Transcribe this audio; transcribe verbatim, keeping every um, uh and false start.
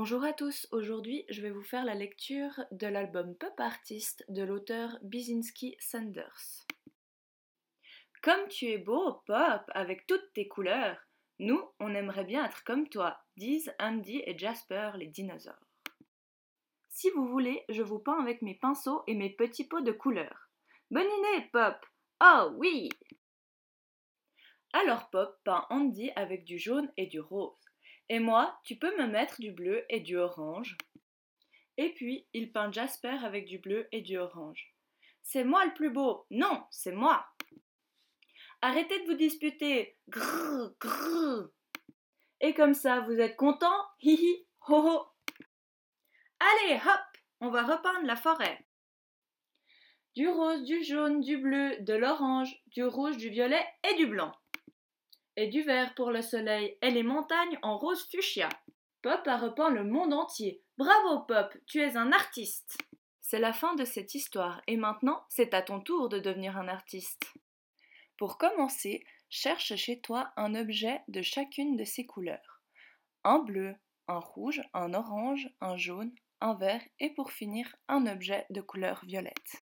Bonjour à tous, aujourd'hui je vais vous faire la lecture de l'album Pop Artist de l'auteur Bizinski Sanders. Comme tu es beau, Pop, avec toutes tes couleurs, nous, on aimerait bien être comme toi, disent Andy et Jasper les dinosaures. Si vous voulez, je vous peins avec mes pinceaux et mes petits pots de couleurs. Bonne idée, Pop! Oh oui! Alors Pop peint Andy avec du jaune et du rose. Et moi, tu peux me mettre du bleu et du orange. Et puis, il peint Jasper avec du bleu et du orange. C'est moi le plus beau! Non, c'est moi! Arrêtez de vous disputer! Grrr, grrr. Et comme ça, vous êtes contents? Hihi, ho ho! Allez, hop! On va repeindre la forêt. Du rose, du jaune, du bleu, de l'orange, du rouge, du violet et du blanc. Et du vert pour le soleil et les montagnes en rose fuchsia. Pop a repeint le monde entier. Bravo Pop, tu es un artiste! C'est la fin de cette histoire et maintenant c'est à ton tour de devenir un artiste. Pour commencer, cherche chez toi un objet de chacune de ces couleurs. Un bleu, un rouge, un orange, un jaune, un vert et pour finir un objet de couleur violette.